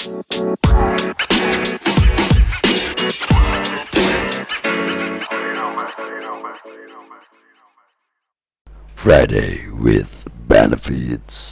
Friday with Benefits.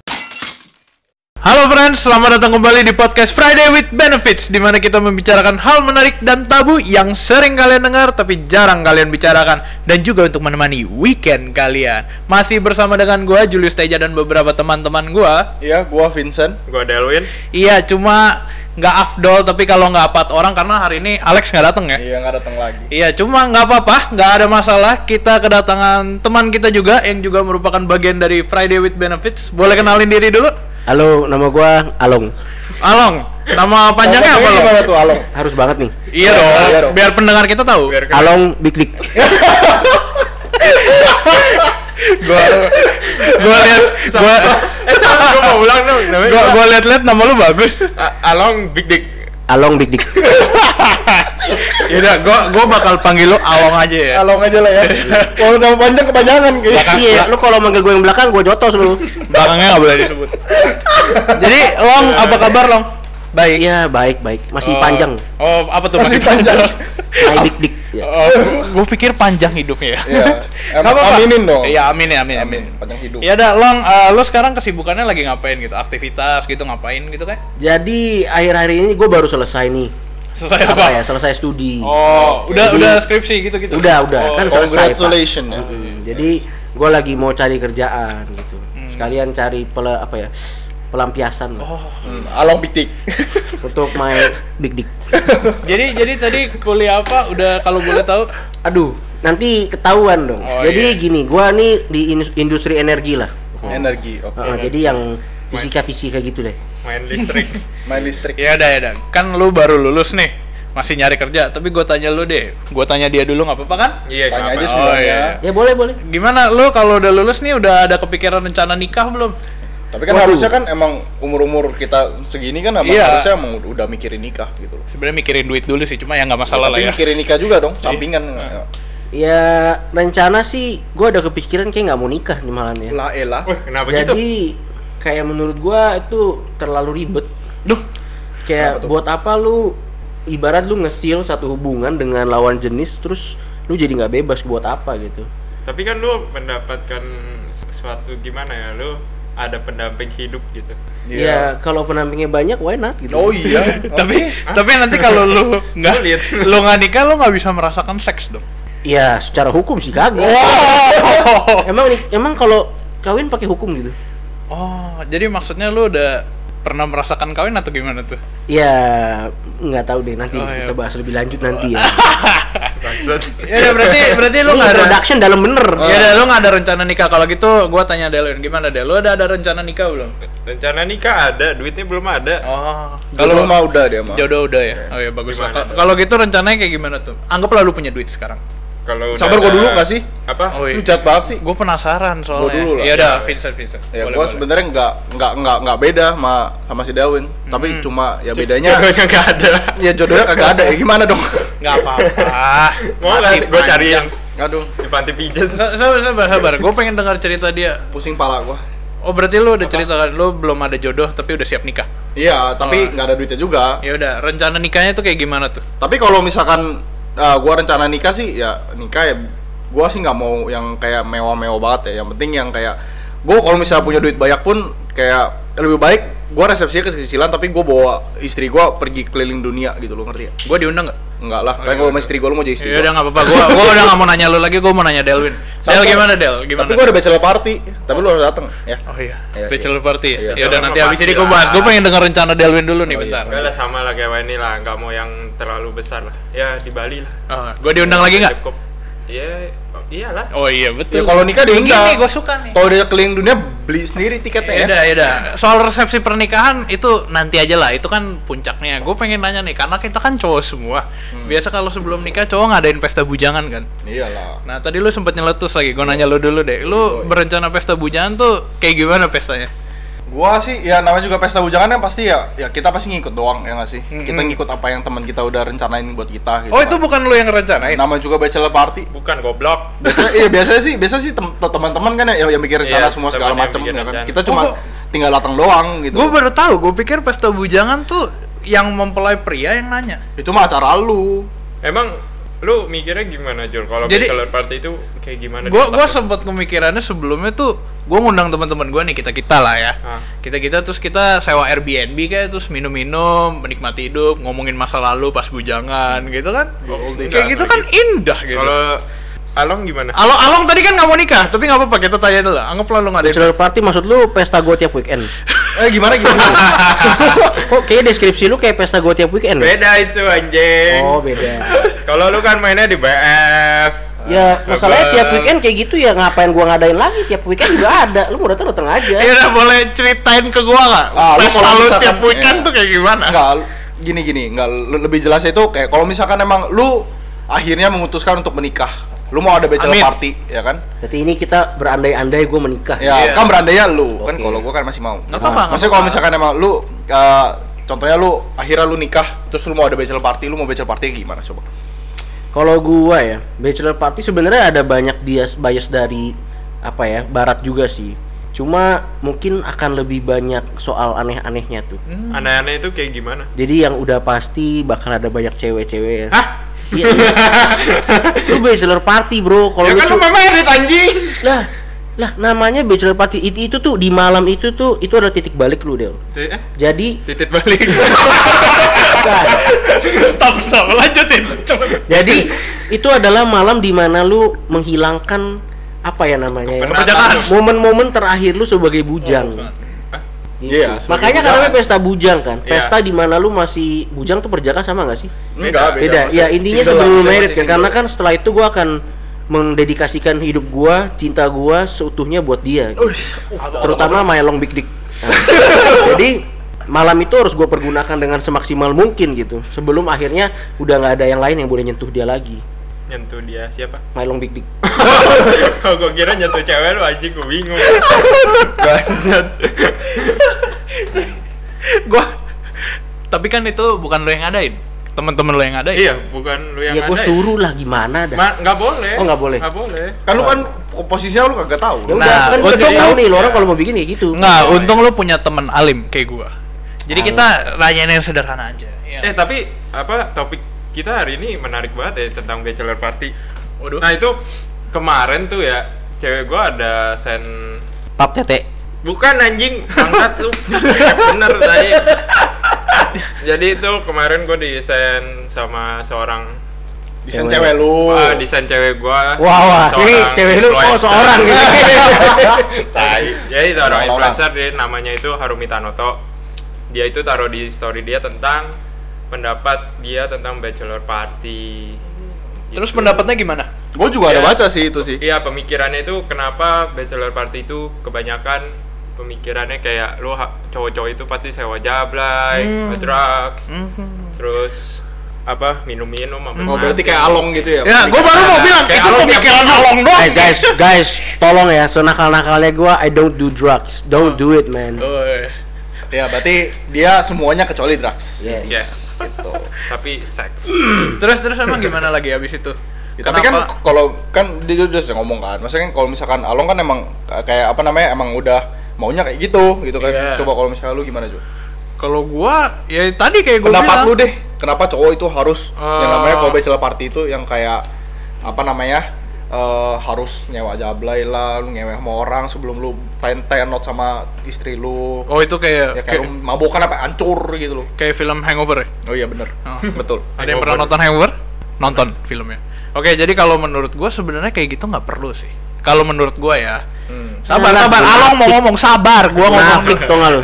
Halo friends, selamat datang kembali di podcast Friday with Benefits, di mana kita membicarakan hal menarik dan tabu yang sering kalian dengar tapi jarang kalian bicarakan, dan juga untuk menemani weekend kalian. Masih bersama dengan gue Julius Teja dan beberapa teman-teman gue. Iya, gue Vincent. Gue Delwin. Iya, cuma nggak afdol tapi kalau nggak 4 orang karena hari ini Alex nggak datang ya. Iya, nggak datang lagi. Iya, cuma nggak apa-apa, nggak ada masalah. Kita kedatangan teman kita juga yang juga merupakan bagian dari Friday with Benefits. Boleh kenalin diri dulu? Halo, nama gua Along. Along, nama panjangnya apa lo? Gimana tuh Along? Harus banget nih. Iya dong, biar pendengar kita tahu. Along Big Dick. Gue mau ulang dong. Gua liat-liat nama lu bagus. Along Big Dick. Along Big Dick. Yaudah, gua bakal panggil lu Along aja ya. Along aja lah ya. Kalau nama panjang kepanjangan kayaknya. Iya, lu kalau manggil gua yang belakang gua jotos lu. Belakangnya nggak boleh disebut. Jadi Long, apa kabar Long? Baik. Iya, baik. Masih panjang. Oh, apa tuh Masih panjang. My Big Dick. Ya. Oh, gua pikir panjang hidupnya ya. Iya. Nggak apa-apa. Aminin dong. Iya, amin. Panjang hidup. Ya udah, Long, lu sekarang kesibukannya lagi ngapain gitu? Aktivitas gitu ngapain gitu kan? Jadi akhir-akhir ini gua baru selesai nih. Selesai apa? Ya, selesai studi. Oh, Jadi- udah skripsi gitu-gitu. Udah, Oh, kan selesai. Pak. Congratulations ya. Jadi gua lagi mau cari kerjaan gitu. Sekalian cari pelampiasan lah. Along Big Dick. Untuk my Big Dick. Jadi tadi kuliah apa? Udah kalau boleh tahu? Aduh, nanti ketahuan dong. Oh, Jadi iya. gini, gua nih di industri energi lah. Energi. Oke. Jadi yang fisika gitu deh. Main listrik. Main listrik. Ya udah. Kan lu baru lulus nih, masih nyari kerja. Tapi gue tanya lu deh, gue tanya dia dulu nggak apa-apa kan? Iya, Tanya aja kenapa? semuanya. iya. Ya boleh. Gimana lu kalau udah lulus nih udah ada kepikiran rencana nikah belum? Tapi kan harusnya kan emang umur kita segini kan emang Iya. harusnya emang udah mikirin nikah gitu loh. Sebenarnya mikirin duit dulu sih, cuma ya nggak masalah lah Tapi ya. mikirin nikah juga dong, sampingan. Ya rencana sih, gua ada kepikiran kayak nggak mau nikah nih malah ya. Lah elah. Wih, kenapa gitu? Jadi kayak menurut gua itu terlalu ribet. Duh, Kayak Kenapa tuh? buat apa lu ibarat lu nge-seal satu hubungan dengan lawan jenis terus lu jadi nggak bebas buat apa gitu. Tapi kan lu mendapatkan sesuatu gimana ya? Lu ada pendamping hidup gitu. Ya kalau pendampingnya banyak, why not gitu. Oh iya. tapi nanti kalau lu nggak Sulit. lu nggak nikah lu nggak bisa merasakan seks dong. Ya secara hukum sih kagak. Emang kalau kawin pakai hukum gitu? Oh, jadi maksudnya lu udah pernah merasakan kawin atau gimana tuh? Ya nggak tahu deh, nanti Oh, iya. kita bahas lebih lanjut nanti ya. Bangsat. Ya berarti lu Ini nggak ada. production dalam bener. Ya udah, lu nggak ada rencana nikah. Kalau gitu gua tanya Delwin, gimana Del? Lu ada rencana nikah belum? Rencana nikah ada, duitnya belum ada. Oh, Kalau mah udah dia mah. jodoh udah ya. Oh ya bagus lah. Gimana? Kalau gitu rencananya kayak gimana tuh? Anggaplah lu punya duit sekarang. Kalau udah Sabar gua ada- dulu nggak sih? Apa? Oh, iya. Lu jahat banget sih. Gue penasaran soalnya. Gua dulu lah. Ya udah, Ya. Vincent. Ya Boleh, gua boleh. sebenarnya nggak beda sama si Delwin, tapi cuma ya bedanya Jodohnya nggak ada. ya jodohnya kagak ada ya gimana dong? Nggak apa-apa. Mau nggak Masih gue cari panjang. yang Aduh, di panti pijat? Sabar. Gue pengen dengar cerita dia. pusing pala gua. Oh berarti lu udah cerita kan lu belum ada jodoh tapi udah siap nikah. Iya, tapi Oh. nggak ada duitnya juga. Ya udah, rencana nikahnya tuh kayak gimana tuh? Tapi kalau misalkan gua rencana nikah sih ya nikah ya gua sih nggak mau yang kayak mewah-mewah banget ya. Yang penting yang kayak gua kalau misalnya punya duit banyak pun kayak lebih baik gua resepsinya ke-sisilan tapi gua bawa istri gua pergi keliling dunia gitu, lo ngerti ya? Gue diundang nggak? Enggak lah, kayak gua sama istri gua, lu mau jadi istri Ya udah gua. nggak apa-apa. Gue udah nggak mau nanya lu lagi. Gue mau nanya Delwin. Del gimana Del? Gimana? Tapi gua ada bachelor party, tapi lu harus datang ya. Oh iya, Iya, bachelor party. Iya. Ya udah nanti Sama habis ini pasti gue bahas. lah. Gue pengen denger rencana Delwin dulu nih Oh, iya. bentar. Enggak lah, sama lah kayak Wani lah, nggak mau yang terlalu besar lah. Ya di Bali lah. Oh, gue diundang lagi nggak? Cukup. Iya, iyalah. Oh iya betul. Ya kalau nikah Tinggi diundang. nih, gue suka nih. Kalau dia keliling dunia beli sendiri tiketnya ya. Ya udah. Soal resepsi pernikahan itu nanti aja lah. Itu kan puncaknya. Gue pengen nanya nih, karena kita kan cowok semua. Biasa kalau sebelum nikah cowok ngadain pesta bujangan kan. Iyalah. Nah tadi lu sempet nyeletus lagi. Gue nanya lu dulu deh. Lu berencana pesta bujangan tuh kayak gimana pestanya? Gua sih ya namanya juga pesta bujangan kan pasti ya kita pasti ngikut doang ya nggak sih? Kita ngikut apa yang teman kita udah rencanain buat kita gitu. Oh itu kan. bukan lu yang rencanain? Namanya juga bachelor party. Bukan goblok. Biasanya sih teman-teman kan ya yang bikin rencana Iya, semua segala temen yang macam bikin ya kan. rencana. Kita cuma tinggal datang doang gitu. Gue baru tahu, gue pikir pesta bujangan tuh yang mempelai pria yang nanya. Itu mah acara lu. Emang lu mikirnya gimana, Jul? Kalau Jadi- bachelor party itu kayak gimana? di Gue otak lu? sempat pemikirannya sebelumnya tuh gue ngundang teman-teman gue nih, kita lah ya. Ah. Kita terus kita sewa Airbnb kayak, terus minum-minum, menikmati hidup, ngomongin masa lalu pas bujangan gitu kan. Kayak enggak, gitu kan indah gitu. Kalau Along gimana? Along tadi kan nggak mau nikah, tapi nggak apa-apa, kita tanya dulu. Anggaplah lu nggak ada. Bachelor party maksud lu pesta gue tiap weekend? Gimana? Kok kayak deskripsi lu kayak pesta gue tiap weekend? Beda itu anjing. Oh beda. Kalau lu kan mainnya di BF. Ya masalahnya Abang. tiap weekend kayak gitu ya, ngapain gua ngadain lagi? Tiap weekend juga ada. Lu mau datang aja. Ya udah, boleh ceritain ke gua nggak? Lu Pesta kalau lu misalkan- tiap weekend iya. tuh kayak gimana? Enggak, gini, enggak lebih jelasnya itu kayak kalau misalkan emang lu akhirnya memutuskan untuk menikah, lu mau ada bachelor Amin. party, ya kan? Berarti ini kita berandai-andai gua menikah. Ya, Iya. kan berandainya lu, kan Oke. kalau gua kan masih mau. Nggak apa-apa, nggak Maksudnya kalau misalkan emang lu contohnya lu akhirnya lu nikah, terus lu mau ada bachelor party, lu mau bachelor party gimana coba? Kalau gua ya, bachelor party sebenarnya ada banyak bias dari apa ya, barat juga sih. Cuma mungkin akan lebih banyak soal aneh-anehnya tuh. Aneh-aneh itu kayak gimana? Jadi yang udah pasti bakal ada banyak cewek-cewek ya. Hah? Iya, iya. Lu bachelor party, Bro. Kalau Ya lu kan lu merit anjing. lah namanya bachelor party itu tuh di malam itu tuh itu adalah titik balik lu, Del. Jadi Titit balik. bukan. Stop, lanjutin. Cepet. Jadi itu adalah malam di mana lu menghilangkan apa ya namanya ya? Kepenatan. Momen-momen terakhir lu sebagai bujang. Gitu. Iya, sebagai Makanya bujang. karena pesta bujang kan. Iya. Pesta di mana lu masih bujang tuh perjaka sama nggak sih? Enggak, Beda. maksudnya Ya intinya single sebelum lah, lu married masih kan. Karena single. kan setelah itu gua akan mendedikasikan hidup gua, cinta gua seutuhnya buat dia. Gitu. Terutama my long big dick. Nah, jadi malam itu harus gue pergunakan dengan semaksimal mungkin gitu. Sebelum akhirnya udah nggak ada yang lain yang boleh nyentuh dia lagi. Nyentuh dia siapa? My long big dick. Oh, gua kira nyentuh cewek lu anjing, gua bingung. Gua. Tapi kan itu bukan lo yang ngadain, teman-teman lo yang ngadain. Iya, bukan lu yang Ya gue ada. suruh lah gimana dah. Nggak boleh. Oh, nggak boleh. Nggak boleh. Kan lu kan posisinya lu kagak tahu. Ya udah Nah, kan gue untung tahu lu- nih lo orang kalau mau bikin kayak gitu. Nggak, Oh, untung lo punya teman alim kayak gua. Jadi Alim. kita nanyain yang sederhana aja. Iya. Tapi apa topik kita hari ini menarik banget ya tentang bachelor party. Waduh. Nah, itu kemarin tuh ya, cewek gua ada send Pap tete. bukan anjing, angkat lu. Bener tadi. Jadi itu kemarin gua di send sama seorang Desain cewek lu. desain cewek gua. Wah, ini seorang cewek lu oh influencer. seorang gitu. Tai. Jadi seorang Orang-orang. influencer, dia namanya itu Harumi Tanoto. Dia itu taruh di story dia tentang pendapat dia tentang bachelor party. Terus Gitu. pendapatnya gimana? Gue juga ada Iya. baca sih itu sih. Iya, pemikirannya itu kenapa bachelor party itu kebanyakan pemikirannya kayak lu cowok-cowok itu pasti sewa jablay, drugs, terus apa minum-minum sama Oh, berarti kayak along gitu ya. Ya, gua baru mau bilang Kayak itu Along pemikiran yang- Along doang. Guys, tolong ya, senakal-nakalnya gue, I don't do drugs. Don't do it, man. Oh, Ya, berarti dia semuanya kecuali drugs. Yes. yes. Tapi seks. Terus emang gimana lagi abis itu? Ya, tapi kan kalau kan dia udah ngomong kan, maksudnya kan kalau misalkan Along kan emang kayak apa namanya emang udah maunya kayak gitu kan. Iya. Coba kalau misalnya lu gimana juga? Kalau gua ya tadi kayak gua Pendapat bilang. lu deh, kenapa cowok itu harus yang namanya kalau bachelor party itu yang kayak apa namanya harus nyewa jablay lah, lu nyewa sama orang sebelum lu tenot sama istri lu. Oh, itu Ya kayak lu mabokan apa hancur gitu loh. kayak film Hangover ya? Oh iya bener. Oh. Betul. Ada yang pernah nonton Hangover? Nonton filmnya. Oke, jadi kalau menurut gua sebenarnya kayak gitu nggak perlu sih. Kalau menurut gua ya. Sabar, Nah, sabar. munafik. Along mau ngomong sabar. Gua ngomong Munafik dulu. tau nggak lu?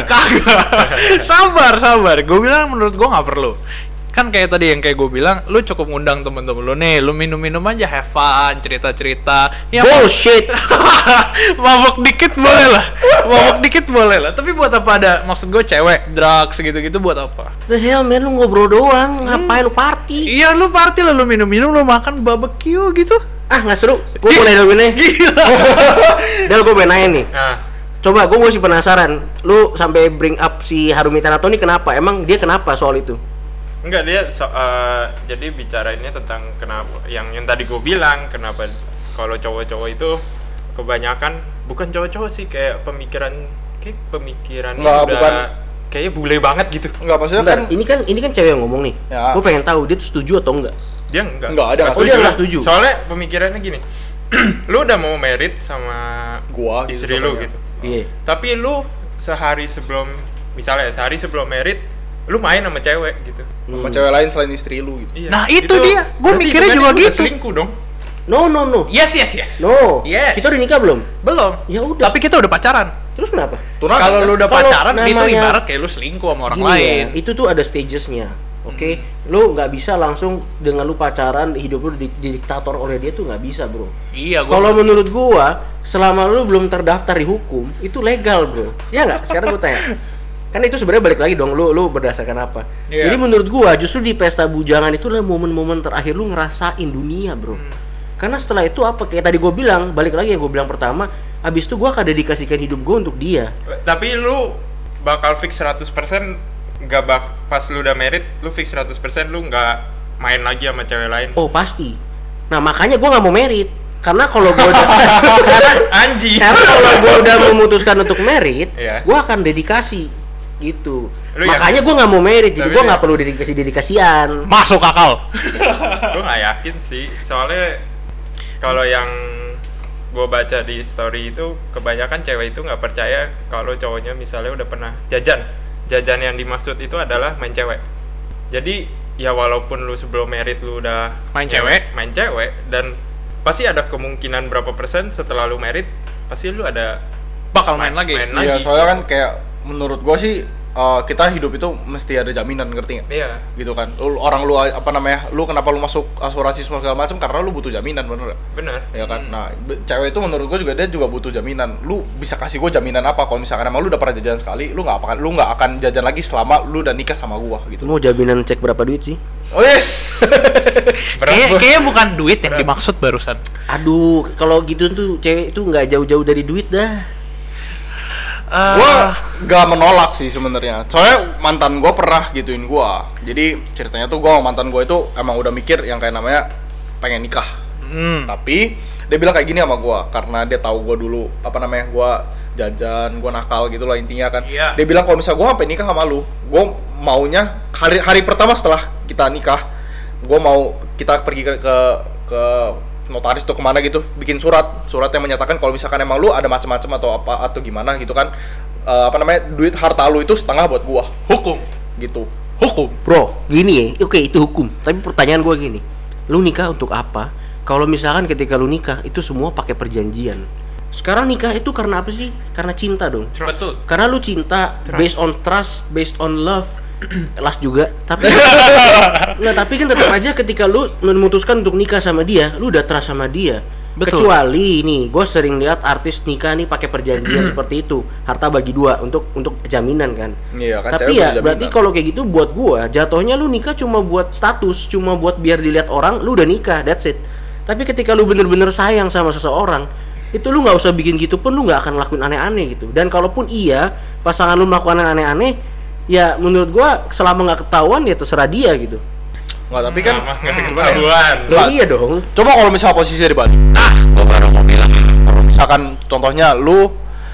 Kagak. Sabar. Gua bilang menurut gua nggak perlu. Kan kayak tadi yang kayak gue bilang, lu cukup ngundang temen-temen lu nih, lu minum-minum aja, have fun, cerita-cerita. Ya, Bullshit. mabok dikit boleh lah. Tapi buat apa ada, maksud gue cewek, drugs gitu-gitu buat apa? The hell, man, lu ngobrol doang. Ngapain lu party? Iya, lu party lah, lu minum-minum, lu makan barbecue gitu. Ah, nggak seru. Gue boleh dong ini. Del, gue boleh nanya nih. Nah, Coba, gue masih penasaran. Lu sampai bring up si Harumi Tanato ini kenapa? Emang dia kenapa soal itu? enggak dia jadi bicarainnya tentang kenapa yang tadi gue bilang kenapa kalau cowok-cowok itu kebanyakan bukan cowok-cowok sih kayak pemikiran kayak pemikirannya Nggak, udah bukan. kayaknya bule banget gitu. Enggak, maksudnya Bentar, kan ini kan cewek yang ngomong nih. Ya. Gue pengen tahu dia tuh setuju atau enggak. Dia enggak. Enggak, dia nggak Oh, dia nggak setuju. Soalnya pemikirannya gini. Lu udah mau married sama Gua gitu istri lu contohnya. gitu. Iya. Tapi lu sehari sebelum married lu main sama cewek gitu. sama cewek lain selain istri lu gitu. Iya. Nah, itu dia. Gua berarti mikirnya hitungannya juga lu udah gitu. selingkuh dong. No. Yes. No. Yes. Kita udah nikah belum? Belum. Ya udah. Tapi kita udah pacaran. Terus kenapa? Tunangan, Kalau kan? lu udah Kalau pacaran, itu namanya- ibarat kayak lu selingkuh sama orang Gini lain. ya, itu tuh ada stagesnya. Oke, lu nggak bisa langsung dengan lu pacaran hidup lu didiktator oleh dia tuh nggak bisa, bro. Iya, Kalau menurut gua, selama lu belum terdaftar di hukum, itu legal, bro. Ya nggak? Sekarang gua tanya. Kan itu sebenarnya balik lagi dong, lu berdasarkan apa? Iya. Jadi menurut gua justru di pesta bujangan itu adalah momen-momen terakhir lu ngerasain dunia, bro. Karena setelah itu apa? Kayak tadi gua bilang, balik lagi yang gua bilang pertama, abis itu gua akan dedikasikan hidup gua untuk dia. Tapi lu bakal fix 100% pas lu udah married, lu fix 100% lu nggak main lagi sama cewek lain. Oh pasti. Nah makanya gua nggak mau merit. Karena kalau gua udah Anjing. karena kalau gua udah memutuskan untuk merit, Iya. gua akan dedikasi gitu. Lu Makanya yakin? gua nggak mau merit, jadi Tapi gua lu nggak perlu dedikasian. masuk akal. Gue nggak yakin sih, soalnya kalau yang gue baca di story itu kebanyakan cewek itu nggak percaya kalau cowoknya misalnya udah pernah jajan yang dimaksud itu adalah main cewek. Jadi ya walaupun lu sebelum married lu udah Main cewek? main cewek, dan pasti ada kemungkinan berapa persen setelah lu married pasti lu ada Bakal main lagi. Iya, soalnya kan kayak menurut gua sih kita hidup itu mesti ada jaminan, ngerti nggak? Iya. Gitu kan. Lu kenapa lu masuk asuransi semua segala macam karena lu butuh jaminan, bener gak? Bener. Ya kan. Nah, cewek itu menurut gua juga dia juga butuh jaminan. Lu bisa kasih gua jaminan apa kalau misalkan emang lu udah pernah jajan sekali, lu nggak akan jajan lagi selama lu udah nikah sama gua gitu. Mau jaminan cek berapa duit sih? Oh yes. Kayaknya bukan duit yang dimaksud barusan. Aduh, kalau gitu tuh cewek itu nggak jauh-jauh dari duit dah. Gua gak menolak sih sebenarnya. Soalnya mantan gua pernah gituin gua. Jadi ceritanya tuh gua sama mantan gua itu emang udah mikir yang kayak namanya pengen nikah. Tapi dia bilang kayak gini sama gua karena dia tahu gua dulu gua jajan, gua nakal gitu lah intinya kan. Iya. Dia bilang kalau misalnya gua sampai nikah sama lu, gua maunya hari pertama setelah kita nikah, gua mau kita pergi ke notaris tuh kemana gitu, bikin surat yang menyatakan kalau misalkan emang lu ada macam-macam atau gimana gitu kan, duit harta lu itu setengah buat gua Hukum. gitu. Hukum. Bro, gini ya, oke itu hukum. Tapi pertanyaan gua gini, lu nikah untuk apa? Kalau misalkan ketika lu nikah itu semua pakai perjanjian. Sekarang nikah itu karena apa sih? Karena cinta dong. Betul. Karena lu cinta based on trust, based on love. Last juga, tapi tapi kan tetap aja ketika lu memutuskan untuk nikah sama dia, lu udah trust sama dia. Betul. Kecuali nih, gue sering lihat artis nikah nih pakai perjanjian seperti itu, harta bagi dua untuk jaminan kan. Iya kan, Tapi cewek ya butuh berarti jaminan. kalau kayak gitu buat gua jatuhnya lu nikah cuma buat status, cuma buat biar dilihat orang lu udah nikah, that's it. Tapi ketika lu bener-bener sayang sama seseorang, itu lu nggak usah bikin gitu pun lu nggak akan lakuin aneh-aneh gitu. Dan kalaupun iya pasangan lu melakukan aneh-aneh, ya menurut gua selama nggak ketahuan ya terserah dia gitu. Nggak, tapi kan Ketahuan. Loh, iya dong. coba kalau misalnya posisi dibalik. Gua baru mau bilang. Kalau misalkan contohnya lu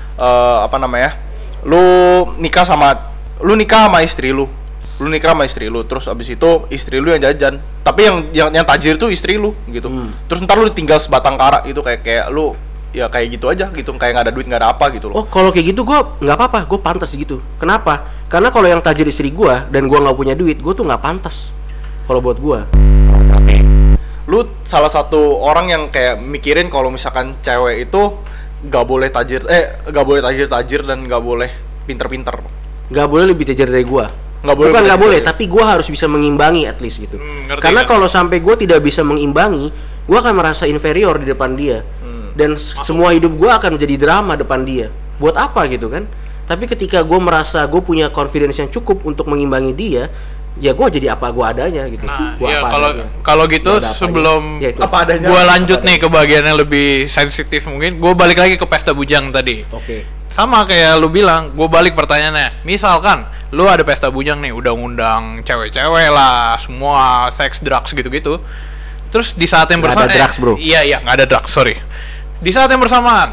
lu nikah sama istri lu. Terus abis itu istri lu yang jajan. Tapi yang tajir tuh istri lu gitu. Terus ntar lu tinggal sebatang kara gitu, kayak lu ya kayak gitu aja gitu, kayak nggak ada duit, nggak ada apa gitu loh. Oh kalau kayak gitu gua nggak apa-apa, gua pantas gitu. Kenapa? Karena kalau yang tajir istri gua dan gua nggak punya duit, gua tuh nggak pantas. Kalau buat gua. Lu salah satu orang yang kayak mikirin kalau misalkan cewek itu nggak boleh tajir dan nggak boleh pinter-pinter. Nggak boleh lebih tajir dari gua. Nggak boleh Bukan lebih nggak tajir boleh, dari- tapi gua harus bisa mengimbangi at least gitu. Ngerti, Karena ngerti. kalau sampai gua tidak bisa mengimbangi, gua akan merasa inferior di depan dia. Dan semua hidup gua akan menjadi drama depan dia. Buat apa gitu kan? Tapi ketika gua merasa gua punya confidence yang cukup untuk mengimbangi dia, ya gua jadi apa gua adanya gitu. Nah, Gua ya apa adanya. kalau gitu Gua ada apanya. sebelum Ya, itu. Apa adanya. gua lanjut nih ke bagian yang lebih sensitif mungkin, gua balik lagi ke pesta bujang tadi. Oke. Sama kayak lu bilang, gue balik pertanyaannya. Misalkan lu ada pesta bujang nih, udah ngundang cewek-cewek lah, semua seks, drugs gitu-gitu. Terus di saat yang Nggak bersamaan, ada drugs, bro. Iya, nggak ada drugs, sorry. Di saat yang bersamaan,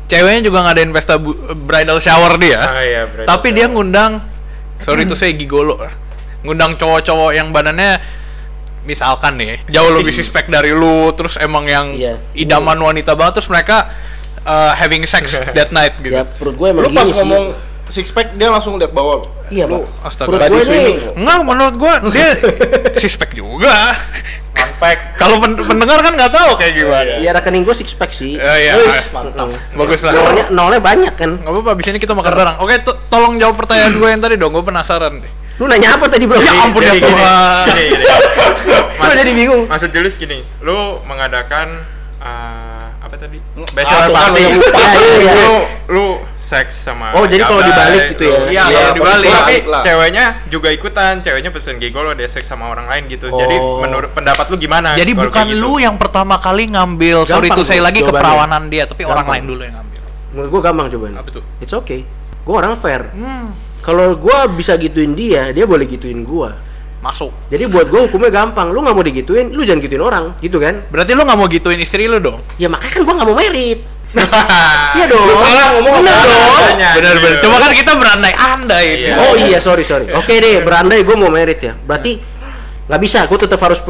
ceweknya juga ngadain pesta bridal shower dia. Iya, bridal Tapi shower. dia ngundang, sorry itu saya gigolo lah. Ngundang cowok-cowok yang badannya misalkan nih jauh lebih suspek dari lu, terus emang yang Iya. idaman wanita banget, terus mereka having sex that night gitu. Ya perut gue emang Lu pas gini sih. ngomong six pack dia langsung lihat bawah lu. Iya, Lu Pak. Astaga. Perut Body gue swimming. nih. Enggak, menurut gua dia suspek juga. unpack. Kalau pendengar kan nggak tahu kayak gimana. Ya rekening gue six pack sih. Iya, Mantap. bagus lah. Nolnya banyak kan. Nggak apa-apa, abis ini kita makan bareng. Oke, tolong jawab pertanyaan gue yang tadi dong, gue penasaran deh. Lu nanya apa tadi, Bro? Ya ampun ya Gini, Tuhan. gini. Gue jadi bingung. Maksud Julius gini, lu mengadakan apa tadi? Ah, Bachelor tuh kan, party. lu lupa. Iya. Lu seks sama Oh, jadi kalau guy, dibalik gitu ya? Iya, kalau dibalik. Tapi lah. ceweknya juga ikutan, ceweknya pesen gigolo, dia seks sama orang lain gitu. Jadi Oh. menurut pendapat lu gimana? Jadi kalau bukan kayak gitu? lu yang pertama kali ngambil, sorry Gampang itu saya tuh lagi jawabannya. keperawanan dia, tapi orang Gampang. lain dulu yang ngambil. Menurut gue gampang coba. Apa tuh? It's okay. Gue orang fair. Kalau gue bisa gituin dia, dia boleh gituin gue. Masuk. Jadi buat gue hukumnya gampang. Lu nggak mau digituin, lu jangan gituin orang, gitu kan? Berarti lu nggak mau gituin istri lu dong? Ya makanya kan gue nggak mau merit. Iya dong. Lu salah ngomong Bener apa? dong. Adanya, Bener-bener. gitu. Coba kan kita berandai-andai. Iya. Oh iya, sorry. Oke deh, berandai gue mau merit ya. Berarti nggak bisa, gue tetap harus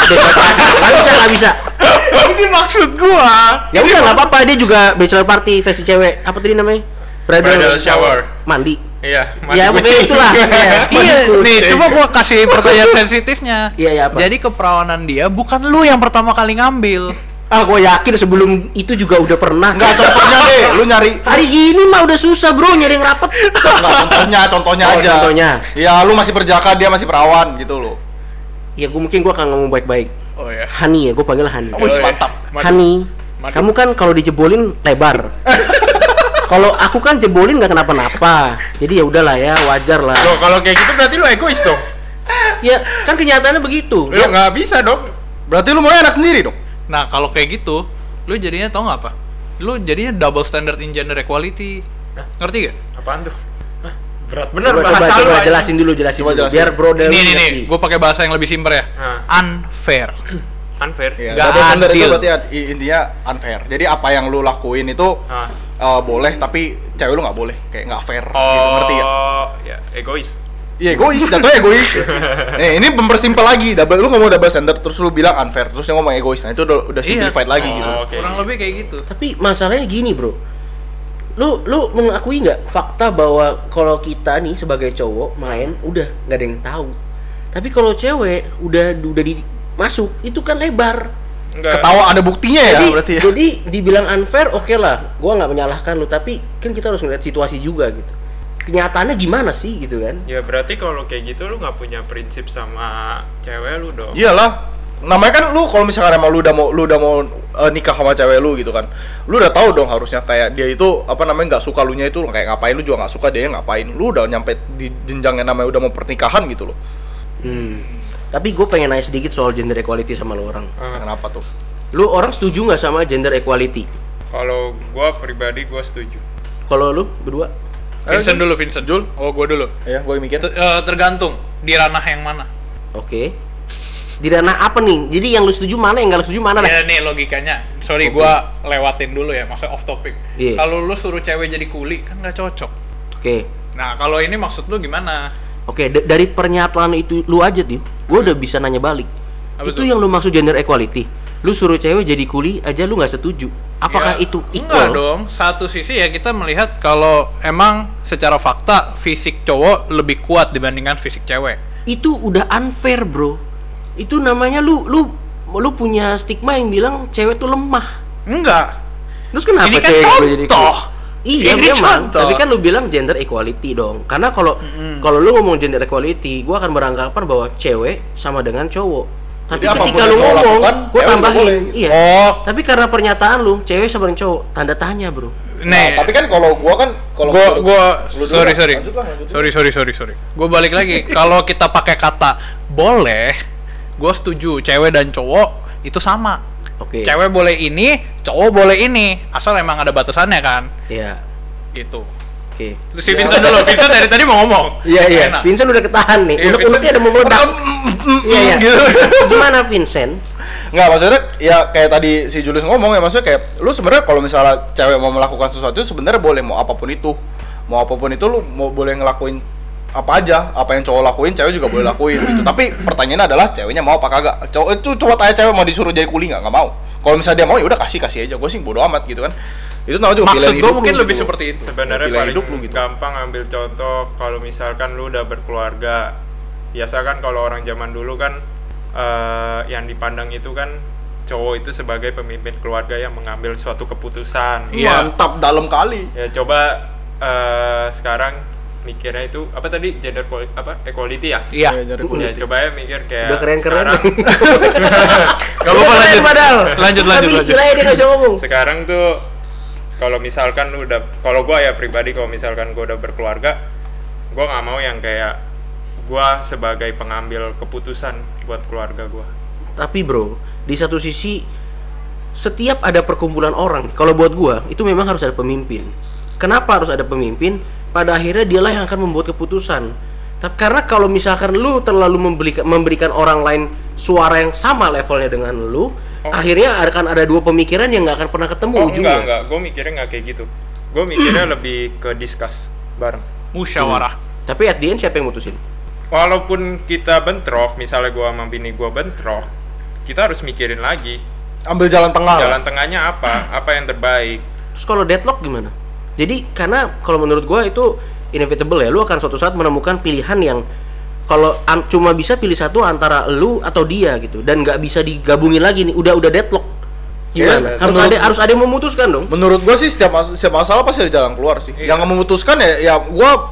nggak bisa. Ini maksud gua. Ya udah nggak apa-apa, dia juga bachelor party versi cewek. Apa tadi namanya? Bridal shower. Mandi. Iya, Ya pokoknya itulah. Iya, nih coba gua kasih pertanyaan sensitifnya. Iya, apa? Jadi keperawanan dia bukan lu yang pertama kali ngambil. Ah, gue yakin sebelum itu juga udah pernah. Enggak, contohnya deh, lu nyari Hari gini mah udah susah bro nyari yang rapet. enggak, contohnya Oh, aja. contohnya. Ya, lu masih perjaka, dia masih perawan gitu loh. Ya mungkin gue akan ngomong baik-baik. Oh ya. Hani ya, gue panggil Hani. Wih, mantap. Hani, Madu. kamu kan kalau dijebolin lebar. Kalau aku kan jebolin nggak kenapa-napa. Jadi ya udahlah ya, wajar lah. Loh, kalau kayak gitu berarti lu egois dong. Ya kan kenyataannya begitu. Lu Dia- nggak bisa dong. Berarti lu mau enak sendiri dong. Nah, kalau kayak gitu, lu jadinya tau nggak apa? Lu jadinya double standard in gender equality. Ngerti gak? Apaan tuh? Hah, berat bener coba, bahasa lu. anjing. jelasin dulu. Coba Dulu. jelasin. Biar bro dan Nih, gue pakai bahasa yang lebih simpel ya. Nah. Unfair. Unfair. Iya, Nggak double standard itu adil. berarti intinya unfair. Jadi apa yang lu lakuin itu Ah. boleh, tapi cewek lu nggak boleh. Kayak nggak fair gitu, Oh, ngerti ya? ya egois. Iya, egois, jatuhnya egois. Ini mempersimpel lagi. Lu ngomong double standard terus lu bilang unfair, terus dia ngomong egois. Nah, itu udah simplified lagi gitu. Oke. Kurang lebih kayak gitu. Tapi masalahnya gini bro, lu mengakui nggak fakta bahwa kalau kita nih sebagai cowok main udah nggak ada yang tahu. Tapi kalau cewek udah masuk itu kan lebar. Enggak. Ketawa ada buktinya ya berarti ya. Jadi dibilang unfair oke lah, gua nggak menyalahkan lu, tapi kan kita harus ngeliat situasi juga gitu. Kenyataannya gimana sih gitu kan? Ya berarti kalau kayak gitu lu nggak punya prinsip sama cewek lu dong. Iyalah. Namanya kan lu kalau misalkan emang lu udah mau nikah sama cewek lu gitu kan. Lu udah tahu dong harusnya kayak dia itu apa namanya nggak suka lunya itu kayak ngapain, lu juga nggak suka dia ngapain. Lu udah nyampe di jenjang yang namanya udah mau pernikahan gitu loh. Tapi gue pengen nanya sedikit soal gender equality sama lo orang. Kenapa tuh? Lu orang setuju nggak sama gender equality? Kalau gua pribadi gua setuju. Kalau lu berdua? Vincent dulu, Vincent. Jul? Oh, gue dulu. Ya, gue mikir. Tergantung di ranah yang mana. Oke. Di ranah apa nih? Jadi yang lu setuju mana, yang nggak lu setuju mana dah? Ya nih logikanya. Sorry, Oke. gua lewatin dulu ya, maksudnya off topic. Iya. Kalau lu suruh cewek jadi kuli kan nggak cocok. Oke. Nah, kalau ini maksud lu gimana? Oke, dari pernyataan itu lu aja tuh, gue udah bisa nanya balik. Apa Itu tuh? yang lu maksud gender equality. Lu suruh cewek jadi kuli aja lu nggak setuju. Apakah Ya, itu enggak equal? dong. Satu sisi ya kita melihat kalau emang secara fakta fisik cowok lebih kuat dibandingkan fisik cewek. Itu udah unfair, bro. Itu namanya lu punya stigma yang bilang cewek tuh lemah. Enggak. Terus kenapa Ini kan cewek boleh jadi contoh. kuli? Iya Ini memang, contoh. tapi kan lu bilang gender equality dong. Karena kalau lu ngomong gender equality, gua akan beranggapan bahwa cewek sama dengan cowok. Tapi Jadi apapun ketika yang lu cowok ngomong, lakukan, gua cewek tambahin. boleh gitu. Iya. Oh. Tapi karena pernyataan lu, cewek sama dengan cowok, tanda tanya, bro. Nah, tapi kan kalau gua kan kalau gua lu dulu sorry lah. sorry. Lanjut lah, lanjut. Sorry. Gua balik lagi. Kalau kita pakai kata boleh, gua setuju cewek dan cowok itu sama. Oke. Cewek boleh ini, cowok boleh ini, asal emang ada batasannya kan. Iya. Gitu. Oke. Lu si Vincent dulu. Vincent dari tadi mau ngomong. Iya. Enak. Vincent udah ketahan nih. Iya, Unek-uneknya Vincent. ada mau meledak. Iya. gitu. Gimana Vincent? Nggak, maksudnya ya kayak tadi si Julius ngomong ya, maksudnya kayak lu sebenarnya kalau misalnya cewek mau melakukan sesuatu sebenarnya boleh, mau apapun itu lu mau boleh ngelakuin apa aja, apa yang cowok lakuin cewek juga boleh lakuin gitu. Tapi pertanyaannya adalah ceweknya mau apa kagak. Cowok itu coba tanya cewek mau disuruh jadi kuli nggak mau. Kalau misalnya dia mau ya udah kasih aja, gue sih bodo amat gitu kan. Itu namanya juga pilihan Maksud hidup gue mungkin lu lebih gitu. seperti itu. Sebenarnya Pilihan paling hidup lu gitu. gampang ambil contoh kalau misalkan lu udah berkeluarga. Biasa kan kalau orang zaman dulu kan yang dipandang itu kan cowok itu sebagai pemimpin keluarga yang mengambil suatu keputusan. Iya. Mantap dalam kali. Ya coba sekarang mikirnya itu apa tadi equality ya? Iya. Ya, jadi Ya coba ya mikir kayak Udah keren-keren. sekarang, Gak apa-apa, lanjut. Padahal. Lanjut. Tapi istilahnya dia nggak bisa ngomong. sekarang tuh kalau misalkan lu udah, kalau gua ya pribadi kalau misalkan gua udah berkeluarga, gua nggak mau yang kayak gua sebagai pengambil keputusan buat keluarga gua. Tapi bro, di satu sisi setiap ada perkumpulan orang, kalau buat gua itu memang harus ada pemimpin. Kenapa harus ada pemimpin? Pada akhirnya dialah yang akan membuat keputusan. Tapi karena kalau misalkan lu terlalu memberikan orang lain suara yang sama levelnya dengan lu, akhirnya akan ada dua pemikiran yang nggak akan pernah ketemu ujungnya. Enggak, gua mikirnya nggak kayak gitu. Gua mikirnya lebih ke discuss bareng. Musyawarah. Tapi at the end siapa yang mutusin? Walaupun kita bentrok, misalnya gua sama bini gua bentrok, kita harus mikirin lagi Ambil jalan tengah. jalan tengahnya apa yang terbaik. Terus kalau deadlock gimana? Jadi karena kalau menurut gua itu inevitable ya, lu akan suatu saat menemukan pilihan yang kalau cuma bisa pilih satu antara lu atau dia gitu, dan nggak bisa digabungin lagi nih, udah deadlock. Gimana? Iya, harus ada yang memutuskan dong. Menurut gua sih setiap masalah pasti ada jalan keluar sih. Iya. Yang memutuskan ya gua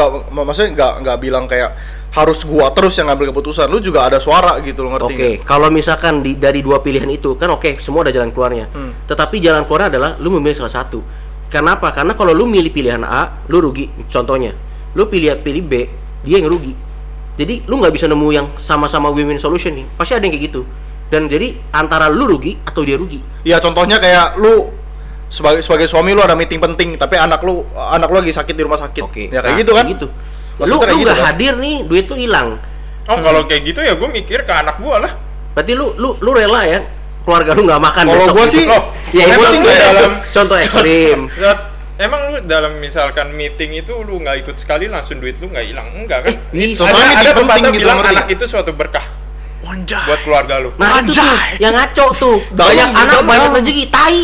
nggak bilang kayak harus gua terus yang ngambil keputusan. Lu juga ada suara gitu, lo ngerti Oke, kalau misalkan dari dua pilihan itu kan oke, semua ada jalan keluarnya. Tetapi jalan keluarnya adalah lu memilih salah satu. Kenapa? Karena kalau lu milih pilihan A, lu rugi. Contohnya, lu pilih B, dia yang rugi. Jadi lu nggak bisa nemu yang sama-sama win-win solution nih. Pasti ada yang kayak gitu. Dan jadi antara lu rugi atau dia rugi. Ya contohnya kayak lu sebagai suami lu ada meeting penting, tapi anak lu lagi sakit di rumah sakit. Oke. Ya kayak nah, gitu kan? Gitu. Maksudnya Lu kayak gitu nggak kan? hadir nih, duit lu hilang. Kalau kayak gitu ya gue mikir ke anak gue lah. Berarti lu rela ya keluarga lu nggak makan Kalau besok gua gitu. sih, Ya kalau itu gua sih nggak dalam contoh ekstrim. Emang lu dalam misalkan meeting itu lu nggak ikut sekali langsung duit lu nggak hilang? Enggak kan? Bisa. Soalnya Ada meeting pepatah penting gitu, bilang ngerti anak nggak? itu suatu berkah Wanjay. buat keluarga lu. Nah itu tuh Anjay. yang ngaco tuh. Dalam Banyak gitu anak doang. banyak rezeki, tai.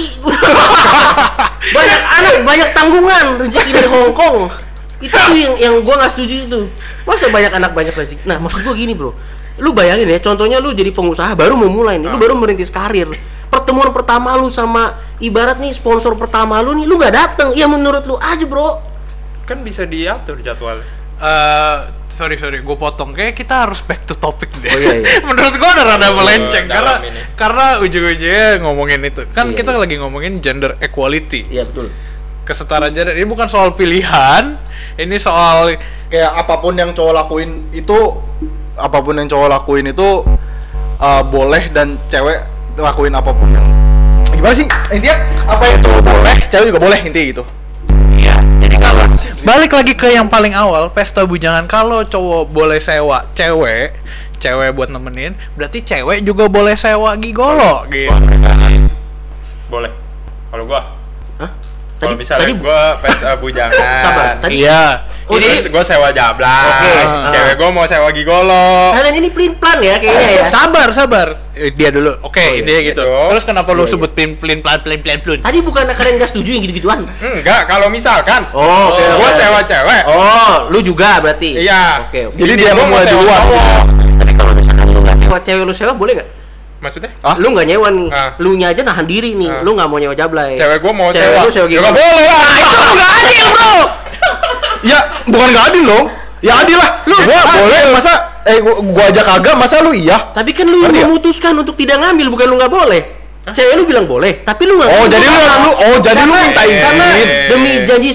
Banyak anak banyak tanggungan, rezeki dari Hong Kong. Itu yang gua nggak setuju itu. Masa banyak anak banyak rezeki. Nah, maksud gua gini, Bro. Lu bayangin ya, contohnya lu jadi pengusaha baru mau mulai nih, lu baru merintis karir. Pertemuan pertama lu sama ibarat nih sponsor pertama lu nih, lu nggak dateng. Ya menurut lu aja, Bro. Kan bisa diatur jadwalnya. Sorry, gue potong. Kayak kita harus back to topic deh. Oh, iya. Menurut gue udah rada melenceng dalam karena ini. karena ujung-ujungnya ngomongin itu. Kan Iya, kita iya. lagi ngomongin gender equality. Iya, betul. Kesetaraan gender ini bukan soal pilihan, ini soal Kayak apapun yang cowok lakuin itu boleh, dan cewek lakuin apapun yang gimana sih intinya, apa yang cowok boleh cewek juga boleh, intinya gitu. Iya, jadi kalau balik lagi ke yang paling awal, pesta bujangan. Kalau cowok boleh sewa cewek buat nemenin, berarti cewek juga boleh sewa gigolo gitu. Boleh. Kalau gua, Hah? kalau misalnya tadi gua pesta bujangan. Sabar, tadi Iya. Ini gua sewa jablay. Oke. Cewek gua mau sewa gigolo. kalian ini pelin-pelan ya kayaknya ya. Sabar. Dia dulu. Oke, Oh, iya. intinya gitu. Gitu. Terus kenapa lu Iya, sebut plin plun? Tadi bukan kalian nggak setuju yang gitu-gituan. Enggak, kalau misalkan Oh, oke. gua oke. sewa cewek. Oh, lu juga berarti. Iya. Oke, oke. Jadi Bini dia gua memulai sewa duluan. cowok. tapi kalau misalkan lu nggak Sewa cewek lu sewa boleh nggak? Maksudnya? Hah? Lu nggak nyewa nih, Ah. lu nya aja nahan diri nih, Ah. lu nggak mau nyewa jablay. Cewek gua mau Cewek sewa. lu sewa Ya gigolo. nggak boleh lah. Itu nggak adil, Bro. Ya bukan nggak adil dong, ya adil lah. Gua boleh, masa gua aja kagak, masa lu iya? Tapi kan lu yang Ngerti ya? memutuskan untuk tidak ngambil, bukan lu nggak boleh. Cewek lu bilang boleh, tapi lu nggak. Oh, ngambil. jadi lu minta izin. Karena demi janji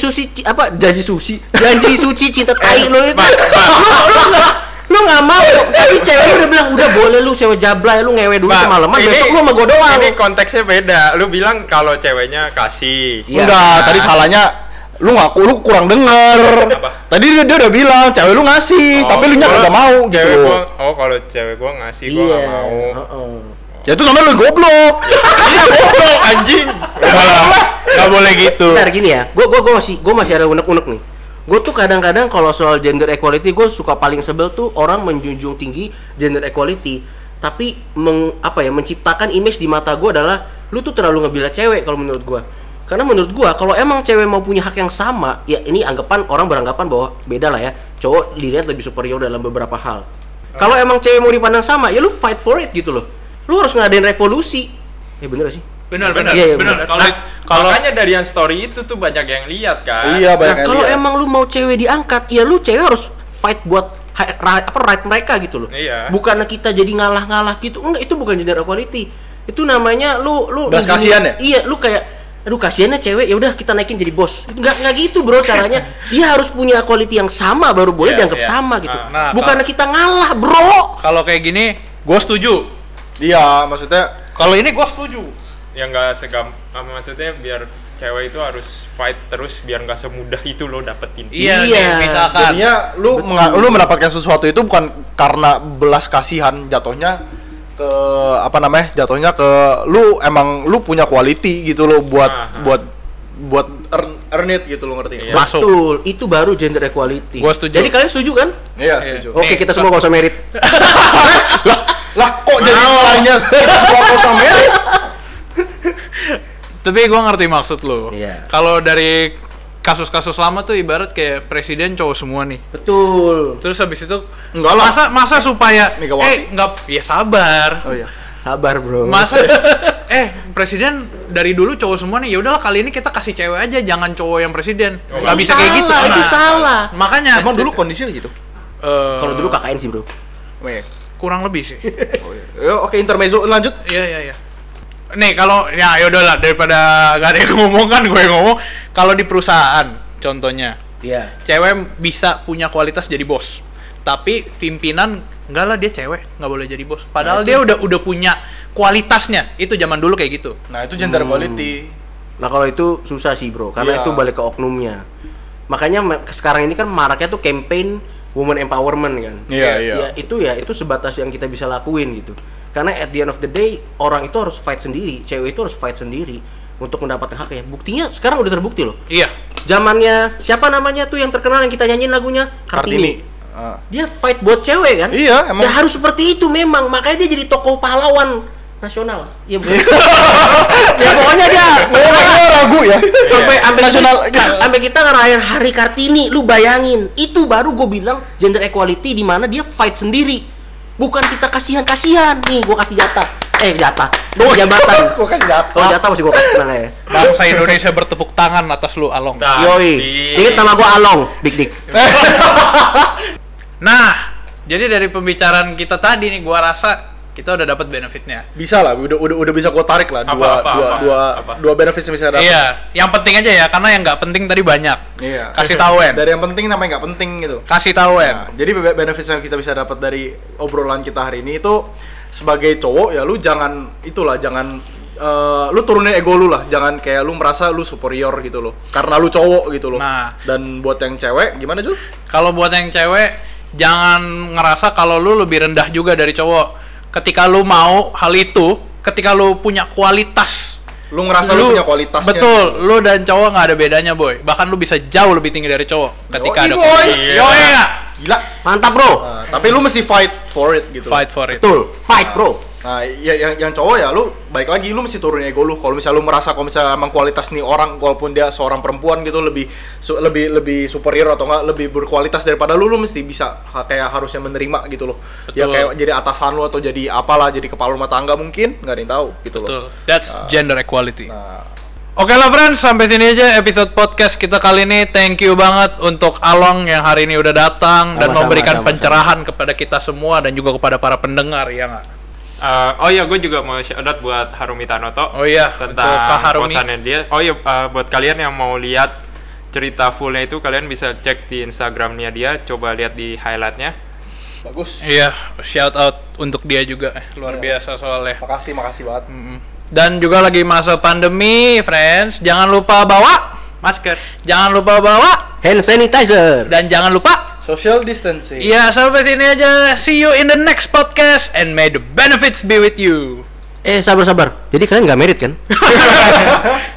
suci cinta tai lu itu. Lu nggak mau, tapi cewek lu udah bilang udah boleh lu sewa jablay, lu ngewe dulu Bang, semalaman, ini- besok lu sama gua doang. Ini konteksnya beda. Lu bilang kalau ceweknya kasih. Iya. Enggak, tadi salahnya lu kurang denger. Apa? Tadi dia udah bilang cewek lu ngasih, tapi lu nya gua- kagak mau Cewek gitu. gua, kalau cewek gua ngasih gua Iya. nggak mau. Heeh. Ya itu namanya lu goblok. Iya goblok anjing. Enggak boleh gitu. Bentar gini ya, gue masih ada unek-unek nih. Gue tuh kadang-kadang kalau soal gender equality gue suka paling sebel tuh orang menjunjung tinggi gender equality, tapi menciptakan image di mata gue adalah lu tuh terlalu ngebela cewek kalau menurut gue. Karena menurut gue kalau emang cewek mau punya hak yang sama, ya ini anggapan orang beranggapan bahwa beda lah ya. Cowok dilihat lebih superior dalam beberapa hal. Kalau emang cewek mau dipandang sama, ya lu fight for it gitu loh. Lu harus ngadain revolusi. Ya bener sih. Benar. Iya, Benar. benar. Kalau Makanya dari yang story itu tuh banyak yang lihat kan. Iya, Nah, banyak yang kalau lihat. emang lu mau cewek diangkat, ya lu cewek harus fight buat right mereka gitu loh. Iya. Bukannya kita jadi ngalah-ngalah gitu. Enggak, itu bukan gender equality. Itu namanya lu Belas kasihan ya? Iya, lu kayak aduh kasihannya cewek, ya udah kita naikin jadi bos. Enggak gitu, Bro, caranya. Dia harus punya quality yang sama baru boleh Iya, dianggap iya. sama gitu. Nah, Bukannya kita ngalah, Bro. kalau kayak gini, gue setuju. Iya, maksudnya Kalau ini gue setuju. Ya nggak maksudnya biar cewek itu harus fight terus biar nggak semudah itu lo dapetin. Iya, Iya. nih, misalkan. jadinya lu mendapatkan sesuatu itu bukan karena belas kasihan, jatuhnya ke jatuhnya ke lu emang lu punya quality gitu lo buat earn it gitu lo, ngerti? Iya. Masuk. Betul, itu baru gender equality. Gua setuju. Jadi kalian setuju kan? Iya, setuju. Oke, Nih, kita semua gak usah merit. Lah kok jadi larinya kita semua kok sama merit? Tapi gue ngerti maksud lo. Iya. Kalau dari kasus-kasus lama tuh ibarat kayak presiden cowok semua nih. Betul. Terus habis itu Enggak lah. masa supaya Megawati. ya sabar. Oh iya. Sabar, Bro. Masa presiden dari dulu cowok semua nih. Ya udahlah kali ini kita kasih cewek aja, jangan cowok yang presiden. Oh, Nggak Itu bisa kayak gitu. salah, itu Nah, salah. Makanya Emang dulu kondisinya gitu? Kalau dulu KKN sih, Bro. Oh, iya. kurang lebih sih. Oh, iya. Oke, intermezzo lanjut. Iya. Nih kalau ya yaudahlah daripada gak ada yang ngomong kan gue ngomong. Kalau di perusahaan contohnya Iya. cewek bisa punya kualitas jadi bos, tapi pimpinan enggak lah, dia cewek nggak boleh jadi bos. Padahal dia udah punya kualitasnya. Itu zaman dulu kayak gitu. Nah, itu gender quality. Nah, kalau itu susah sih, Bro, karena Iya. itu balik ke oknumnya. Makanya sekarang ini kan maraknya tuh campaign woman empowerment kan. Iya. Ya itu sebatas yang kita bisa lakuin gitu. Karena at the end of the day orang itu harus fight sendiri, cewek itu harus fight sendiri untuk mendapatkan haknya. Buktinya sekarang udah terbukti loh. Iya. Zamannya siapa namanya tuh yang terkenal yang kita nyanyiin lagunya? Kartini. Dia fight buat cewek kan? Iya, emang. Ya harus seperti itu memang. Makanya dia jadi tokoh pahlawan nasional. Iya betul. Ya pokoknya dia ragu ya. sampai Nasional. sampai kita ngerayain Hari Kartini, lu bayangin. Itu baru gue bilang gender equality di mana dia fight sendiri. Bukan kita kasihan-kasihan. Nih, gue kasih jatah. Jatah. Jabatan. Kok kan jatuh. Kalau jatah masih gue kasih tenang ya. Bangsa Indonesia bertepuk tangan atas lu, Along. Yoi. Ingat nama gue Along, Dik. Nah, jadi dari pembicaraan kita tadi nih, gua rasa kita udah dapat benefitnya. Bisa lah, udah bisa gua tarik lah Apa? dua benefit yang bisa dapat. Iya, yang penting aja ya, karena yang nggak penting tadi banyak. Iya. Kasih tahu, En. Dari yang penting sampai nggak penting gitu. Kasih tahu, En. Nah, jadi benefit yang kita bisa dapat dari obrolan kita hari ini itu sebagai cowok ya lu jangan lu turunin ego lu lah, jangan kayak lu merasa lu superior gitu loh karena lu cowok gitu loh. Nah. Dan buat yang cewek gimana Jul? Kalau buat yang cewek, jangan ngerasa kalau lu lebih rendah juga dari cowok. Ketika lu mau hal itu, ketika lu punya kualitas, Lu ngerasa lu punya kualitasnya. Betul, lu dan cowok nggak ada bedanya, boy. Bahkan lu bisa jauh lebih tinggi dari cowok ketika Yoi, ada boy. kualitas. Yoi nggak? Gila. Mantap, Bro. Nah, tapi lu mesti fight for it gitu. Fight for it. Betul. Fight, Bro. Nah, yang cowok ya lu balik lagi lu mesti turunin ego lu. Kalau misalnya lu merasa kalau misalnya emang kualitas nih orang walaupun dia seorang perempuan gitu lebih superior atau enggak lebih berkualitas daripada lu mesti bisa kayak harusnya menerima gitu loh. Ya Betul. kayak jadi atasan lu atau jadi apalah, jadi kepala rumah tangga mungkin, nggak ada yang tahu gitu Betul. loh. That's gender equality. Nah, Oke lah friends, sampai sini aja episode podcast kita kali ini. Thank you banget untuk Along yang hari ini udah datang dan Sama-sama, memberikan sama-sama. pencerahan kepada kita semua dan juga kepada para pendengar, ya nggak? Oh iya, gue juga mau shout out buat Harumi Tanoto. Oh iya, untuk Kak tentang Harumi. posannya dia. Oh iya, buat kalian yang mau lihat cerita fullnya itu kalian bisa cek di Instagramnya dia. Coba lihat di highlightnya. bagus. Iya, shout out untuk dia juga, luar Iya. biasa soalnya. Makasih banget. Dan juga lagi masa pandemi, friends. Jangan lupa bawa masker, jangan lupa bawa, Hand sanitizer. dan jangan lupa. Social distancing. Iya, sampai sini aja. See you in the next podcast and may the benefits be with you. Sabar. Jadi kalian nggak married kan?